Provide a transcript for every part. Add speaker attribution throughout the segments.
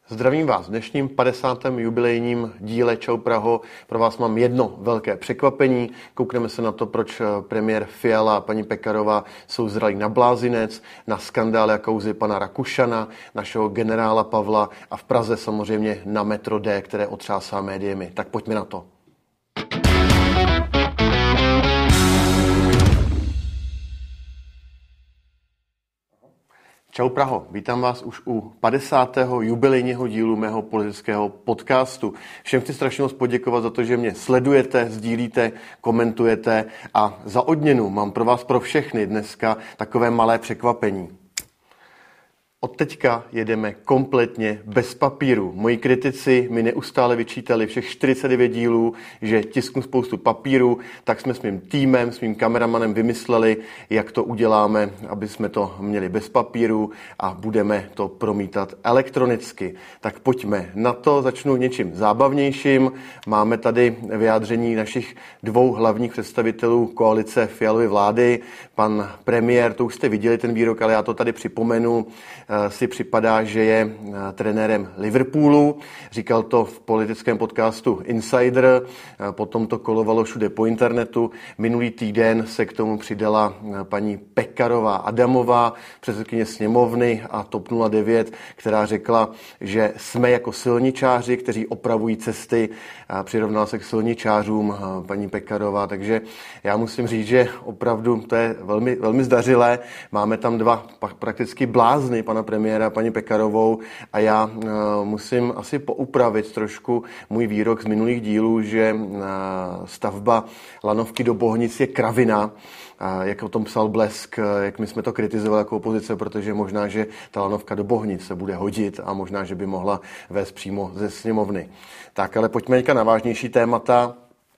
Speaker 1: Zdravím vás v dnešním 50. jubilejním díle Čau Praho. Pro vás mám jedno velké překvapení. Koukneme se na to, proč premiér Fiala a paní Pekarová jsou zralí na blázinec, na skandály a kauzy pana Rakušana, našeho generála Pavla a v Praze samozřejmě na metro D, které otřásá médiemi. Tak pojďme na to. Čau Praho, vítám vás už u 50. jubilejního dílu mého politického podcastu. Všem chci strašně moc poděkovat za to, že mě sledujete, sdílíte, komentujete a za odměnu mám pro vás pro všechny dneska takové malé překvapení. Od teďka jedeme kompletně bez papíru. Moji kritici mi neustále vyčítali všech 49 dílů, že tisknu spoustu papíru, tak jsme s mým týmem, s mým kameramanem vymysleli, jak to uděláme, aby jsme to měli bez papíru a budeme to promítat elektronicky. Tak pojďme na to, začnu něčím zábavnějším. Máme tady vyjádření našich dvou hlavních představitelů koalice Fialovy vlády. Pan premiér, to už jste viděli ten výrok, ale já to tady připomenu, si připadá, že je trenérem Liverpoolu. Říkal to v politickém podcastu Insider, potom to kolovalo všude po internetu. Minulý týden se k tomu přidala paní Pekarová Adamová, předsedkyně sněmovny a TOP 09, která řekla, že jsme jako silničáři, kteří opravují cesty. Přirovnala se k silničářům paní Pekarová, takže já musím říct, že opravdu to je velmi, velmi zdařilé. Máme tam dva prakticky blázny, pana premiéra, paní Pekarovou, a já musím asi poupravit trošku můj výrok z minulých dílů, že stavba lanovky do Bohnic je kravina, jak o tom psal Blesk, jak my jsme to kritizovali jako opozice, protože možná, že ta lanovka do Bohnic se bude hodit a možná, že by mohla vést přímo ze sněmovny. Tak, ale pojďme na vážnější témata.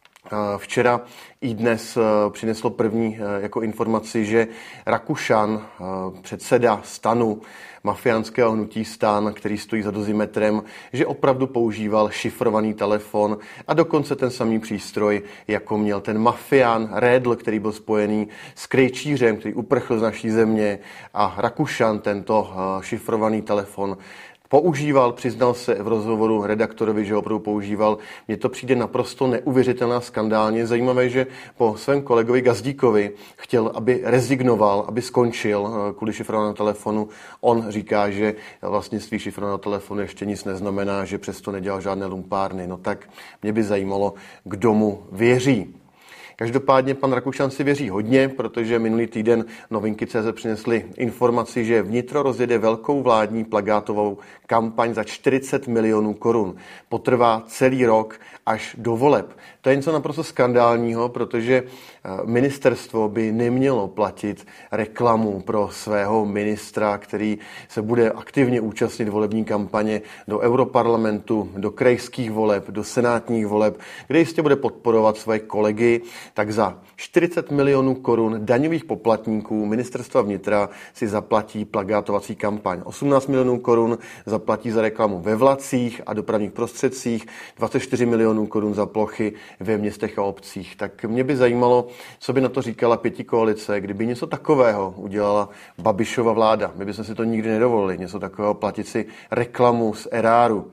Speaker 1: Včera i dnes přineslo první jako informaci, že Rakušan, předseda STANu, mafiánského hnutí STAN, který stojí za Dozimetrem, že opravdu používal šifrovaný telefon a dokonce ten samý přístroj, jako měl ten mafián Redl, který byl spojený s krejčířem, který uprchl z naší země, a Rakušan tento šifrovaný telefon používal, přiznal se v rozhovoru redaktorovi, že ho opravdu používal. Mně to přijde naprosto neuvěřitelná skandálně. Zajímavé, že po svém kolegovi Gazdíkovi chtěl, aby rezignoval, aby skončil kvůli šifrovanému telefonu. On říká, že vlastnictví šifrovaného telefonu ještě nic neznamená, že přesto nedělal žádné lumpárny. No tak mě by zajímalo, kdo mu věří. Každopádně pan Rakušan si věří hodně, protože minulý týden Novinky.cz přinesly informaci, že vnitro rozjede velkou vládní plakátovou kampaň za 40 milionů korun. Potrvá celý rok až do voleb. To je něco naprosto skandálního, protože ministerstvo by nemělo platit reklamu pro svého ministra, který se bude aktivně účastnit volební kampaně do europarlamentu, do krajských voleb, do senátních voleb, kde jistě bude podporovat své kolegy. Tak za 40 milionů korun daňových poplatníků ministerstva vnitra si zaplatí plakátovací kampaň. 18 milionů korun zaplatí za reklamu ve vlacích a dopravních prostředcích, 24 milionů korun za plochy ve městech a obcích. Tak mě by zajímalo, co by na to říkala pětikoalice, kdyby něco takového udělala Babišova vláda. My bychom si to nikdy nedovolili, něco takového platit si reklamu z eráru.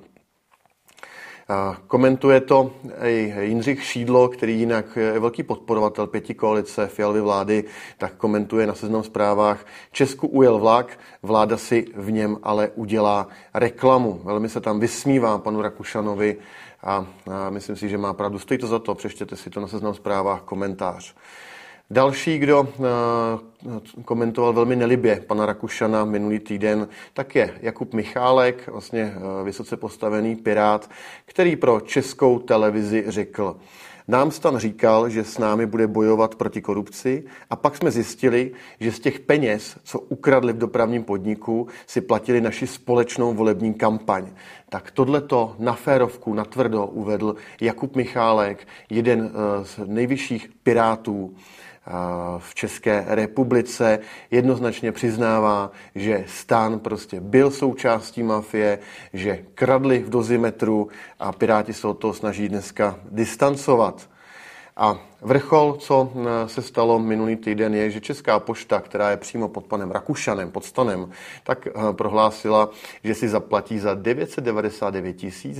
Speaker 1: Komentuje to i Jindřich Šídlo, který jinak je velký podporovatel pětikoalice Fialovy vlády, tak komentuje na Seznam Zprávách: Česku ujel vlak, vláda si v něm ale udělá reklamu. Velmi se tam vysmívá panu Rakušanovi a myslím si, že má pravdu. Stojí to za to, přečtěte si to na Seznam Zprávách komentář. Další, kdo komentoval velmi nelibě pana Rakušana minulý týden, tak je Jakub Michálek, vlastně vysoce postavený pirát, který pro Českou televizi řekl: Nám STAN říkal, že s námi bude bojovat proti korupci, a pak jsme zjistili, že z těch peněz, co ukradli v dopravním podniku, si platili naši společnou volební kampaň. Tak tohleto na férovku, na tvrdo uvedl Jakub Michálek, jeden z nejvyšších pirátů v České republice. Jednoznačně přiznává, že STAN prostě byl součástí mafie, že kradli v Dozimetru a Piráti se od toho snaží dneska distancovat. A vrchol, co se stalo minulý týden, je, že Česká pošta, která je přímo pod panem Rakušanem, pod Stanem, tak prohlásila, že si zaplatí za 999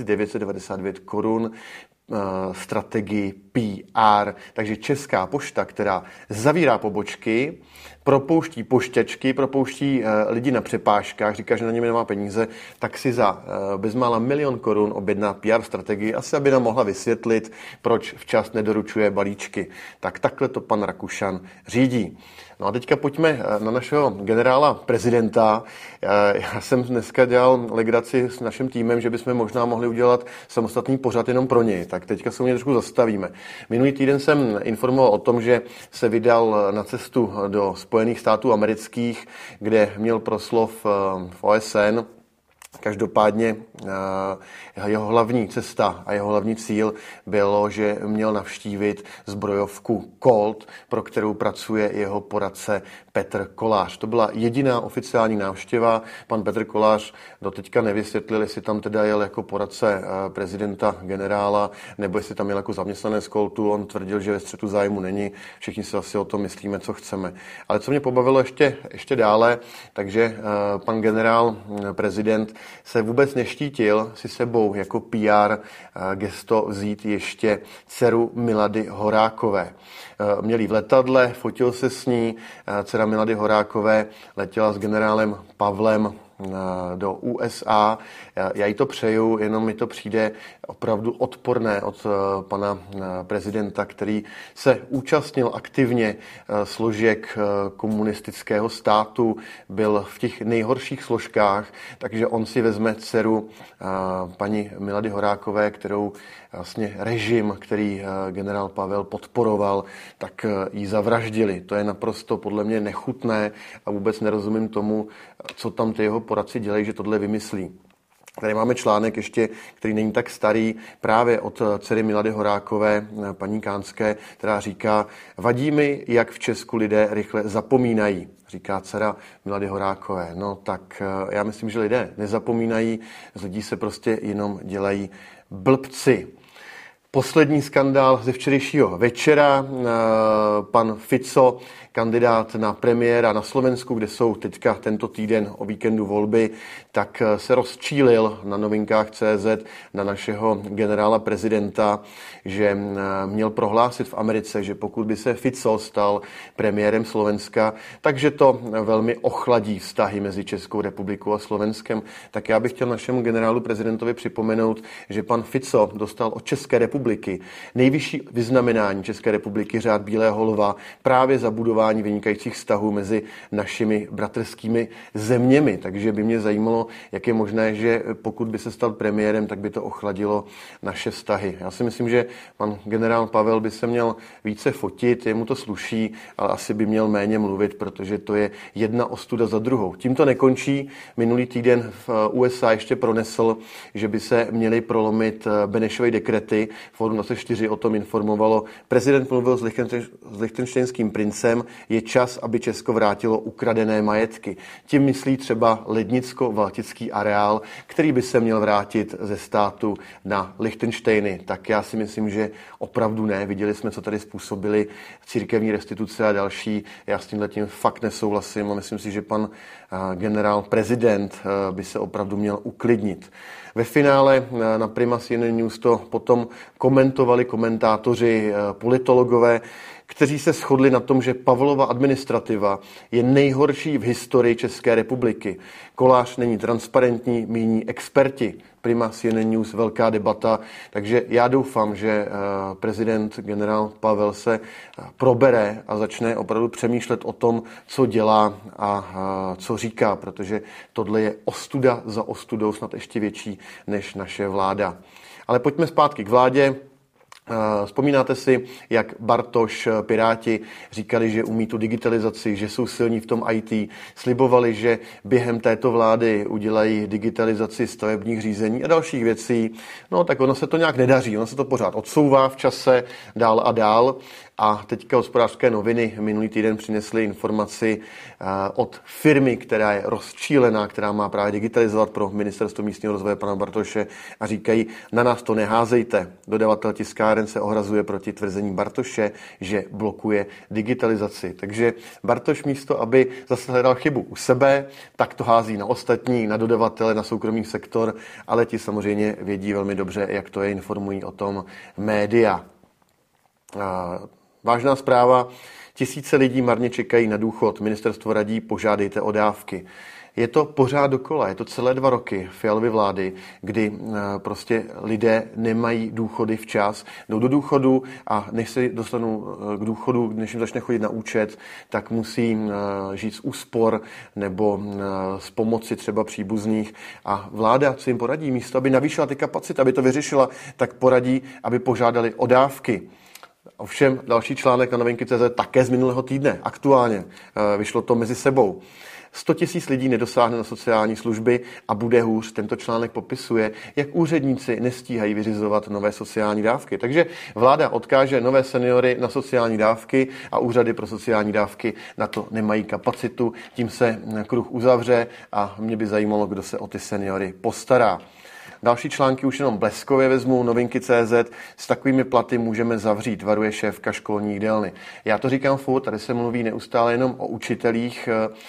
Speaker 1: 999 korun strategii PR. Takže Česká pošta, která zavírá pobočky, propouští pošťačky, propouští lidi na přepážkách, říká, že na něm nemá peníze, tak si za bezmála 1 000 000 korun objedná PR strategii, asi aby nám mohla vysvětlit, proč včas nedoručuje balíčky. Tak takhle to pan Rakušan řídí. No a teďka pojďme na našeho generála prezidenta. Já jsem dneska dělal legraci s naším týmem, že bychom možná mohli udělat samostatný pořad jenom pro něj. Tak teďka se u něj trošku zastavíme. Minulý týden jsem informoval o tom, že se vydal na cestu do Spojených států amerických, kde měl proslov v OSN. Každopádně jeho hlavní cesta a jeho hlavní cíl bylo, že měl navštívit zbrojovku Colt, pro kterou pracuje jeho poradce Petr Kolář. To byla jediná oficiální návštěva. Pan Petr Kolář doteďka nevysvětlil, jestli tam teda jel jako poradce prezidenta generála, nebo jestli tam jel jako zaměstnanec Coltu. On tvrdil, že ve střetu zájmu není. Všichni si asi o tom myslíme, co chceme. Ale co mě pobavilo ještě dále, takže pan generál prezident se vůbec neštítil si sebou jako PR gesto vzít ještě dceru Milady Horákové. Měl jí v letadle, fotil se s ní, dcera Milady Horákové letěla s generálem Pavlem do USA. Já jí to přeju, jenom mi to přijde opravdu odporné od pana prezidenta, který se účastnil aktivně složek komunistického státu, byl v těch nejhorších složkách, takže on si vezme dceru paní Milady Horákové, kterou vlastně režim, který generál Pavel podporoval, tak ji zavraždili. To je naprosto podle mě nechutné a vůbec nerozumím tomu, co tam ty jeho poradci dělají, že tohle vymyslí. Tady máme článek ještě, který není tak starý, právě od dcery Milady Horákové, paní Kánské, která říká: vadí mi, jak v Česku lidé rychle zapomínají, říká dcera Milady Horákové. No tak já myslím, že lidé nezapomínají, z lidí se prostě jenom dělají blbci. Poslední skandál ze včerejšího večera. Pan Fico, kandidát na premiéra na Slovensku, kde jsou teďka tento týden o víkendu volby, tak se rozčílil na novinkách.cz na našeho generála prezidenta, že měl prohlásit v Americe, že pokud by se Fico stal premiérem Slovenska, takže to velmi ochladí vztahy mezi Českou republikou a Slovenskem. Tak já bych chtěl našemu generálu prezidentovi připomenout, že pan Fico dostal od České republiky nejvyšší vyznamenání České republiky, řád Bílého lva, právě za budování vynikajících vztahů mezi našimi bratrskými zeměmi. Takže by mě zajímalo, jak je možné, že pokud by se stal premiérem, tak by to ochladilo naše vztahy. Já si myslím, že pan generál Pavel by se měl více fotit, jemu to sluší, ale asi by měl méně mluvit, protože to je jedna ostuda za druhou. Tím to nekončí. Minulý týden v USA ještě pronesl, že by se měly prolomit Benešovy dekrety. Fórum 24 o tom informovalo. Prezident mluvil s lichtenštejnským princem. Je čas, aby Česko vrátilo ukradené majetky. Tím myslí třeba Lednicko-Valtický areál, který by se měl vrátit ze státu na Lichtenštejny. Tak já si myslím, že opravdu ne. Viděli jsme, co tady způsobili církevní restituce a další. Já s tímhletím fakt nesouhlasím a myslím si, že pan generál prezident by se opravdu měl uklidnit. Ve finále na Prima CNN News to potom komentovali komentátoři, politologové, kteří se shodli na tom, že Pavlova administrativa je nejhorší v historii České republiky. Kolář není transparentní, míní experti. Prima CNN News, velká debata, takže já doufám, že prezident generál Pavel se probere a začne opravdu přemýšlet o tom, co dělá a co říká, protože tohle je ostuda za ostudou, snad ještě větší než naše vláda. Ale pojďme zpátky k vládě. Vzpomínáte si, jak Bartoš, Piráti říkali, že umí tu digitalizaci, že jsou silní v tom IT, slibovali, že během této vlády udělají digitalizaci stavebních řízení a dalších věcí. No tak ono se to nějak nedaří, ono se to pořád odsouvá v čase dál a dál A teďka Hospodářské noviny minulý týden přinesly informaci od firmy, která je rozčílená, která má právě digitalizovat pro Ministerstvo místního rozvoje pana Bartoše a říkají, na nás to neházejte. Dodavatel tiskáren se ohrazuje proti tvrzení Bartoše, že blokuje digitalizaci. Takže Bartoš místo, aby zase hledal chybu u sebe, tak to hází na ostatní, na dodavatele, na soukromý sektor, ale ti samozřejmě vědí velmi dobře, jak to je, informují o tom média. Vážná zpráva, tisíce lidí marně čekají na důchod. Ministerstvo radí, požádejte o dávky. Je to pořád dokola, je to celé 2 roky Fialovy vlády, kdy prostě lidé nemají důchody včas, jdou do důchodu a než se dostanou k důchodu, než jim začne chodit na účet, tak musí žít z úspor nebo z pomoci třeba příbuzných. A vláda, co jim poradí, místo aby navýšila ty kapacity, aby to vyřešila, tak poradí, aby požádali o dávky. Ovšem další článek na Novinky.cz také z minulého týdne, aktuálně, vyšlo to mezi sebou. 100 000 lidí nedosáhne na sociální služby a bude hůř. Tento článek popisuje, jak úředníci nestíhají vyřizovat nové sociální dávky. Takže vláda odkáže nové seniory na sociální dávky a úřady pro sociální dávky na to nemají kapacitu. Tím se kruh uzavře a mě by zajímalo, kdo se o ty seniory postará. Další články už jenom bleskově vezmu, Novinky.cz, s takovými platy můžeme zavřít, varuje šéfka školní jídelny. Já to říkám furt, tady se mluví neustále jenom o učitelích,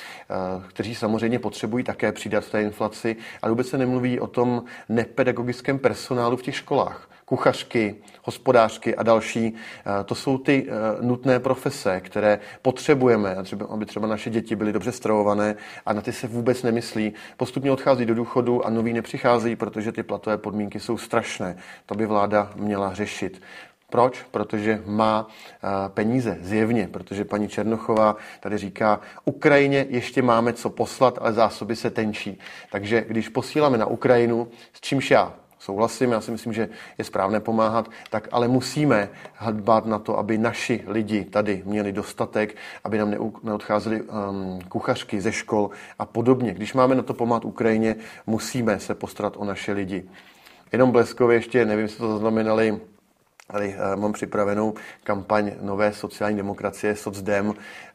Speaker 1: kteří samozřejmě potřebují také přidat v té inflaci, ale vůbec se nemluví o tom nepedagogickém personálu v těch školách. Kuchařky, hospodářky a další, to jsou ty nutné profese, které potřebujeme, aby třeba naše děti byly dobře stravované a na ty se vůbec nemyslí. Postupně odchází do důchodu a noví nepřicházejí, protože ty platové podmínky jsou strašné. To by vláda měla řešit. Proč? Protože má peníze, zjevně, protože paní Černochová tady říká, Ukrajině ještě máme co poslat, ale zásoby se tenčí. Takže když posíláme na Ukrajinu, s čímž já souhlasím, já si myslím, že je správné pomáhat, tak ale musíme dbát na to, aby naši lidi tady měli dostatek, aby nám neodcházely kuchařky ze škol a podobně. Když máme na to pomáhat Ukrajině, musíme se postarat o naše lidi. Jenom bleskově ještě, nevím, jestli to zaznamenali, tady mám připravenou kampaň nové sociální demokracie, Socdem.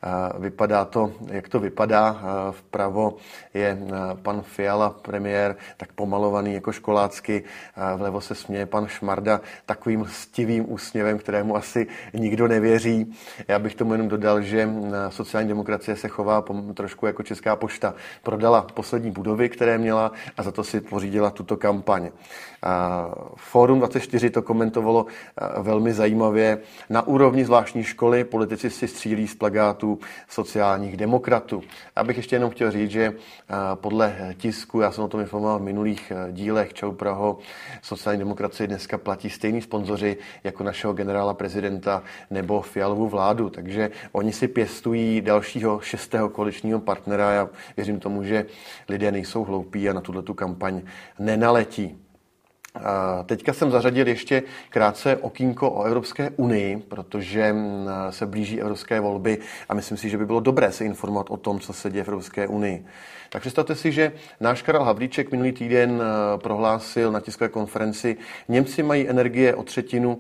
Speaker 1: Vypadá to, jak to vypadá. Vpravo je pan Fiala, premiér, tak pomalovaný jako školácky. Vlevo se směje pan Šmarda takovým lstivým úsměvem, kterému asi nikdo nevěří. Já bych tomu jenom dodal, že sociální demokracie se chová trošku jako Česká pošta. Prodala poslední budovy, které měla, a za to si pořídila tuto kampaň. Fórum 24 to komentovalo velmi zajímavě. Na úrovni zvláštní školy politici si střílí z plakátů sociálních demokratů. Já bych ještě jenom chtěl říct, že podle tisku, já jsem o tom informoval v minulých dílech, Čau Praho, sociální demokracii dneska platí stejní sponzoři jako našeho generála prezidenta nebo Fialovu vládu, takže oni si pěstují dalšího 6. koaličního partnera. Já věřím tomu, že lidé nejsou hloupí a na tuhletu kampaň nenaletí. Teďka jsem zařadil ještě krátce okýnko o Evropské unii, protože se blíží evropské volby a myslím si, že by bylo dobré se informovat o tom, co se děje v Evropské unii. Tak představte si, že náš Karel Havlíček minulý týden prohlásil na tiskové konferenci, Němci mají energie o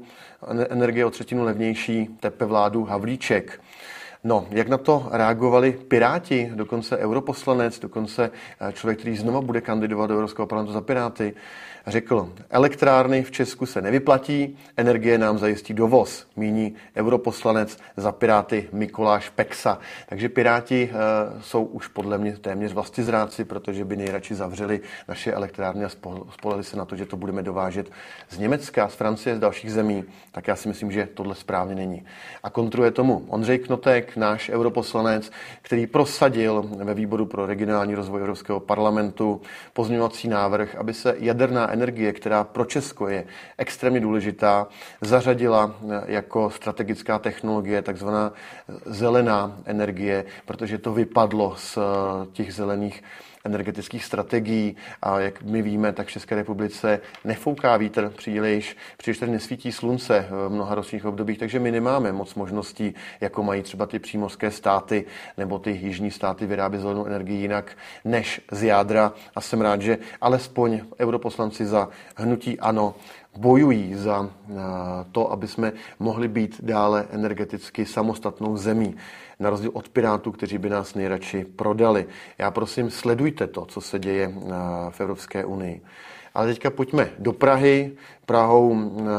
Speaker 1: třetinu levnější, tepe vládu Havlíček. No, jak na to reagovali Piráti, dokonce europoslanec, dokonce člověk, který znova bude kandidovat do Evropského parlamentu za Piráty, řekl, elektrárny v Česku se nevyplatí, energie nám zajistí dovoz, míní europoslanec za Piráty Mikuláš Peksa. Takže Piráti jsou už podle mě téměř vlastizráci, protože by nejradši zavřeli naše elektrárny a spolehli se na to, že to budeme dovážet z Německa, z Francie, z dalších zemí. Tak já si myslím, že tohle správně není. A kontruje tomu Ondřej Knotek, náš europoslanec, který prosadil ve výboru pro regionální rozvoj Evropského parlamentu pozměňovací návrh, aby se jaderná energie, která pro Česko je extrémně důležitá, zařadila jako strategická technologie, takzvaná zelená energie, protože to vypadlo z těch zelených energetických strategií a jak my víme, tak v České republice nefouká vítr příliš tady nesvítí slunce v mnoha ročních obdobích, takže my nemáme moc možností, jako mají třeba ty přímořské státy nebo ty jižní státy vyrábí zelenou energii jinak než z jádra. A jsem rád, že alespoň europoslanci za hnutí ANO bojují za to, aby jsme mohli být dále energeticky samostatnou zemí, na rozdíl od Pirátů, kteří by nás nejradši prodali. Já prosím, sledujte to, co se děje v Evropské unii. Ale teďka pojďme do Prahy. Prahou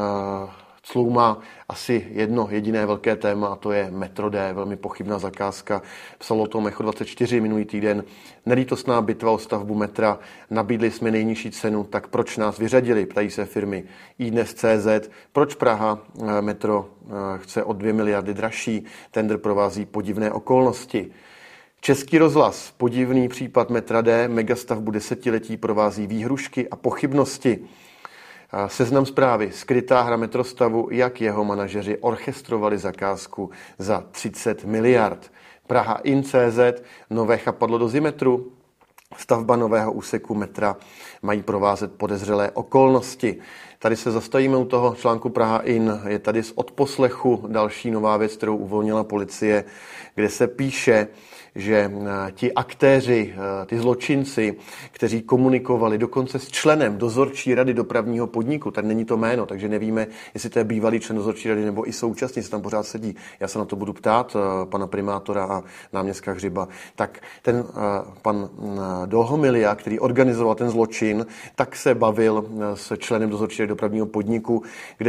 Speaker 1: cloumá asi jedno jediné velké téma, a to je Metro D, velmi pochybná zakázka. Psalo to Echo24 minulý týden. Nelítostná bitva o stavbu metra, nabídli jsme nejnižší cenu, tak proč nás vyřadili, ptají se firmy iDnes.cz. Proč Praha metro chce o 2 miliardy dražší, tendr provází podivné okolnosti. Český rozhlas, podivný případ metra D, megastavbu desetiletí provází výhrušky a pochybnosti. Seznam zprávy, skrytá hra metrostavu, jak jeho manažeři orchestrovali zakázku za 30 miliard. Praha In.cz, nové chapadlo do Zimetru, stavba nového úseku metra mají provázet podezřelé okolnosti. Tady se zastavíme u toho článku Praha In. Je tady z odposlechu další nová věc, kterou uvolnila policie, kde se píše, že ti aktéři, ty zločinci, kteří komunikovali dokonce s členem dozorčí rady dopravního podniku, tady není to jméno, takže nevíme, jestli to je bývalý člen dozorčí rady nebo i současný, se tam pořád sedí. Já se na to budu ptát pana primátora a náměstka Hřiba. Tak ten pan Dolhomilia, který organizoval ten zločin, tak se bavil s členem dozorčí rady dopravního podniku, kde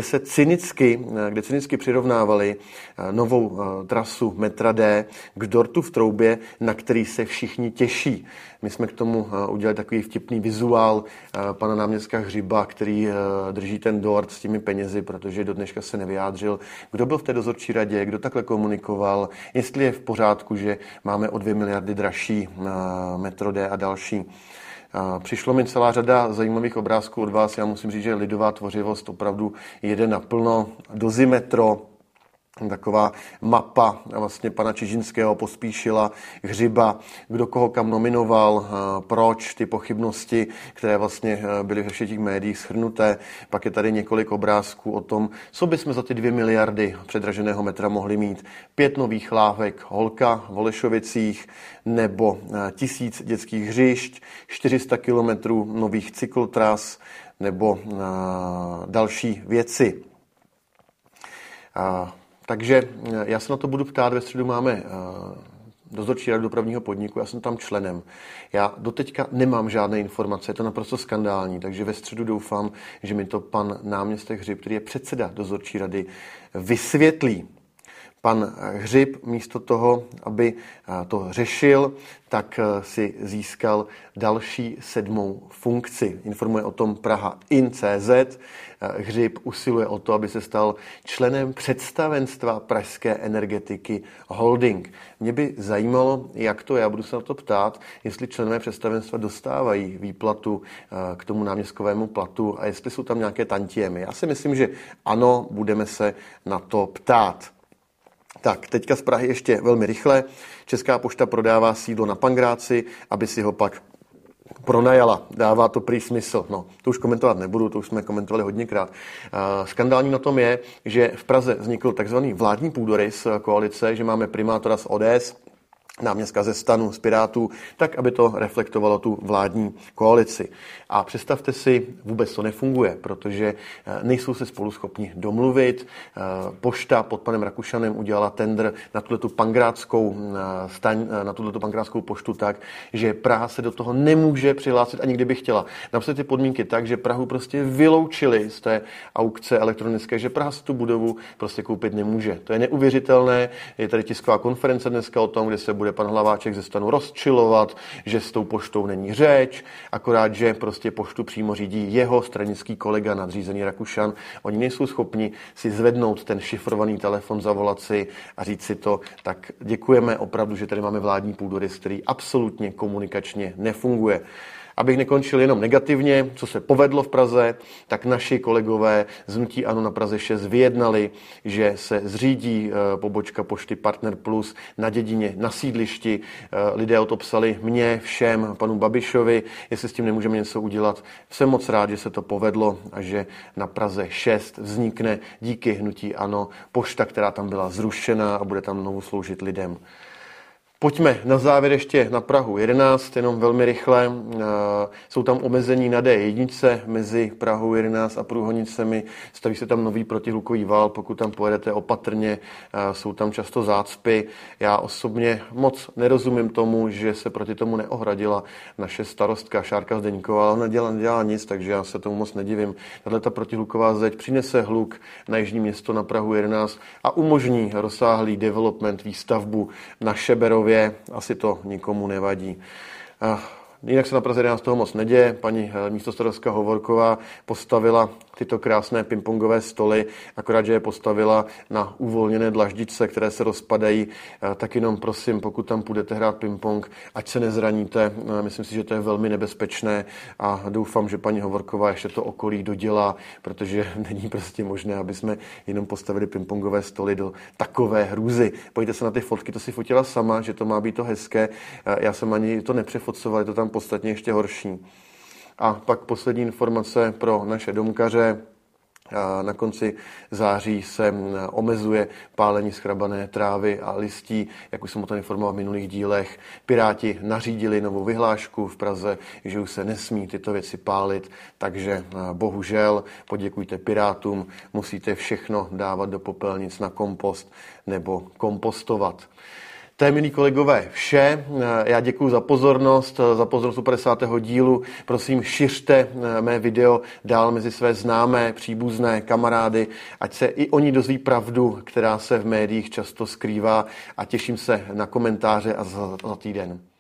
Speaker 1: cynicky přirovnávali novou trasu metra D k dortu v troubě, na který se všichni těší. My jsme k tomu udělali takový vtipný vizuál pana náměstka Hřiba, který drží ten dort s těmi penězi, protože do dneška se nevyjádřil, kdo byl v té dozorčí radě, kdo takhle komunikoval, jestli je v pořádku, že máme o 2 miliardy dražší metro D a další. Přišlo mi celá řada zajímavých obrázků od vás. Já musím říct, že lidová tvořivost opravdu jede naplno. Dozimetro, taková mapa vlastně pana Čižinského, Pospíšila, Hřiba, kdo koho kam nominoval, proč, ty pochybnosti, které vlastně byly ve všech těch médiích shrnuté. Pak je tady několik obrázků o tom, co bychom za ty 2 miliardy předraženého metra mohli mít. 5 nových lávek Holka v Holešovicích nebo 1000 dětských hřišť, 400 kilometrů nových cyklotras nebo další věci. Takže já se na to budu ptát, ve středu máme dozorčí radu dopravního podniku, já jsem tam členem. Já doteďka nemám žádné informace, je to naprosto skandální, takže ve středu doufám, že mi to pan náměstek Hřib, který je předseda dozorčí rady, vysvětlí. Pan Hřib místo toho, aby to řešil, tak si získal další 7. funkci. Informuje o tom Praha In.cz. Hřib usiluje o to, aby se stal členem představenstva pražské energetiky Holding. Mě by zajímalo, jak to, já budu se na to ptát, jestli členové představenstva dostávají výplatu k tomu náměstkovému platu a jestli jsou tam nějaké tantiemy. Já si myslím, že ano, budeme se na to ptát. Tak, teďka z Prahy ještě velmi rychle. Česká pošta prodává sídlo na Pangráci, aby si ho pak pronajala. Dává to prý smysl. No, to už komentovat nebudu, to už jsme komentovali hodněkrát. Skandální na tom je, že v Praze vznikl takzvaný vládní půdorys koalice, že máme primátora z ODS, náměstka ze STANu, z Pirátů, tak, aby to reflektovalo tu vládní koalici. A představte si, vůbec to nefunguje, protože nejsou se spolu schopni domluvit. Pošta pod panem Rakušanem udělala tendr na tuhletu pangrátskou poštu tak, že Praha se do toho nemůže přihlásit, ani kdyby chtěla. Napsat ty podmínky tak, že Prahu prostě vyloučili z té aukce elektronické, že Praha si tu budovu prostě koupit nemůže. To je neuvěřitelné. Je tady tisková konference dneska o tom, kde se bude pan Hlaváček ze STANu rozčilovat, že s tou poštou není řeč, akorát, že prostě poštu přímo řídí jeho stranický kolega nadřízený Rakušan. Oni nejsou schopni si zvednout ten šifrovaný telefon, zavolat si a říct si to. Tak děkujeme opravdu, že tady máme vládní půdorys, který absolutně komunikačně nefunguje. Abych nekončil jenom negativně, co se povedlo v Praze, tak naši kolegové z hnutí ANO na Praze 6 vyjednali, že se zřídí pobočka Pošty Partner Plus na Dědině, na sídlišti. Lidé o to psali mně, všem, panu Babišovi, jestli s tím nemůžeme něco udělat. Jsem moc rád, že se to povedlo a že na Praze 6 vznikne díky hnutí ANO pošta, která tam byla zrušena a bude tam znovu sloužit lidem. Pojďme na závěr ještě na Prahu 11, jenom velmi rychle. Jsou tam omezení na D1 mezi Prahou 11 a Průhonicemi. Staví se tam nový protihlukový val, pokud tam pojedete opatrně, jsou tam často zácpy. Já osobně moc nerozumím tomu, že se proti tomu neohradila naše starostka Šárka Zdeňková, ale ona nedělá nic, takže já se tomu moc nedivím. Tato protihluková zeď přinese hluk na jižní město na Prahu 11 a umožní rozsáhlý development, výstavbu na Šeberově. Asi to nikomu nevadí. Jinak se na Praze 11 toho moc neděje. Paní místostarostka Hovorková postavila tyto krásné pingpongové stoly, akorát, že je postavila na uvolněné dlaždičce, které se rozpadají. Tak jenom prosím, pokud tam půjdete hrát pingpong, ať se nezraníte. Myslím si, že to je velmi nebezpečné a doufám, že paní Hovorková ještě to okolí dodělá, protože není prostě možné, aby jsme jenom postavili pingpongové stoly do takové hrůzy. Pojďte se na ty fotky, to si fotila sama, že to má být to hezké. Já jsem ani to nepřefocoval, je to tam podstatně ještě horší. A pak poslední informace pro naše domkaře. Na konci září se omezuje pálení schrabané trávy a listí, jak už jsem o tom informoval v minulých dílech. Piráti nařídili novou vyhlášku v Praze, že už se nesmí tyto věci pálit, takže bohužel poděkujte Pirátům, musíte všechno dávat do popelnic na kompost nebo kompostovat. To je, milí kolegové, vše. Já děkuji za pozornost u 50. dílu. Prosím, šiřte mé video dál mezi své známé, příbuzné, kamarády, ať se i oni dozví pravdu, která se v médiích často skrývá, a těším se na komentáře a za týden.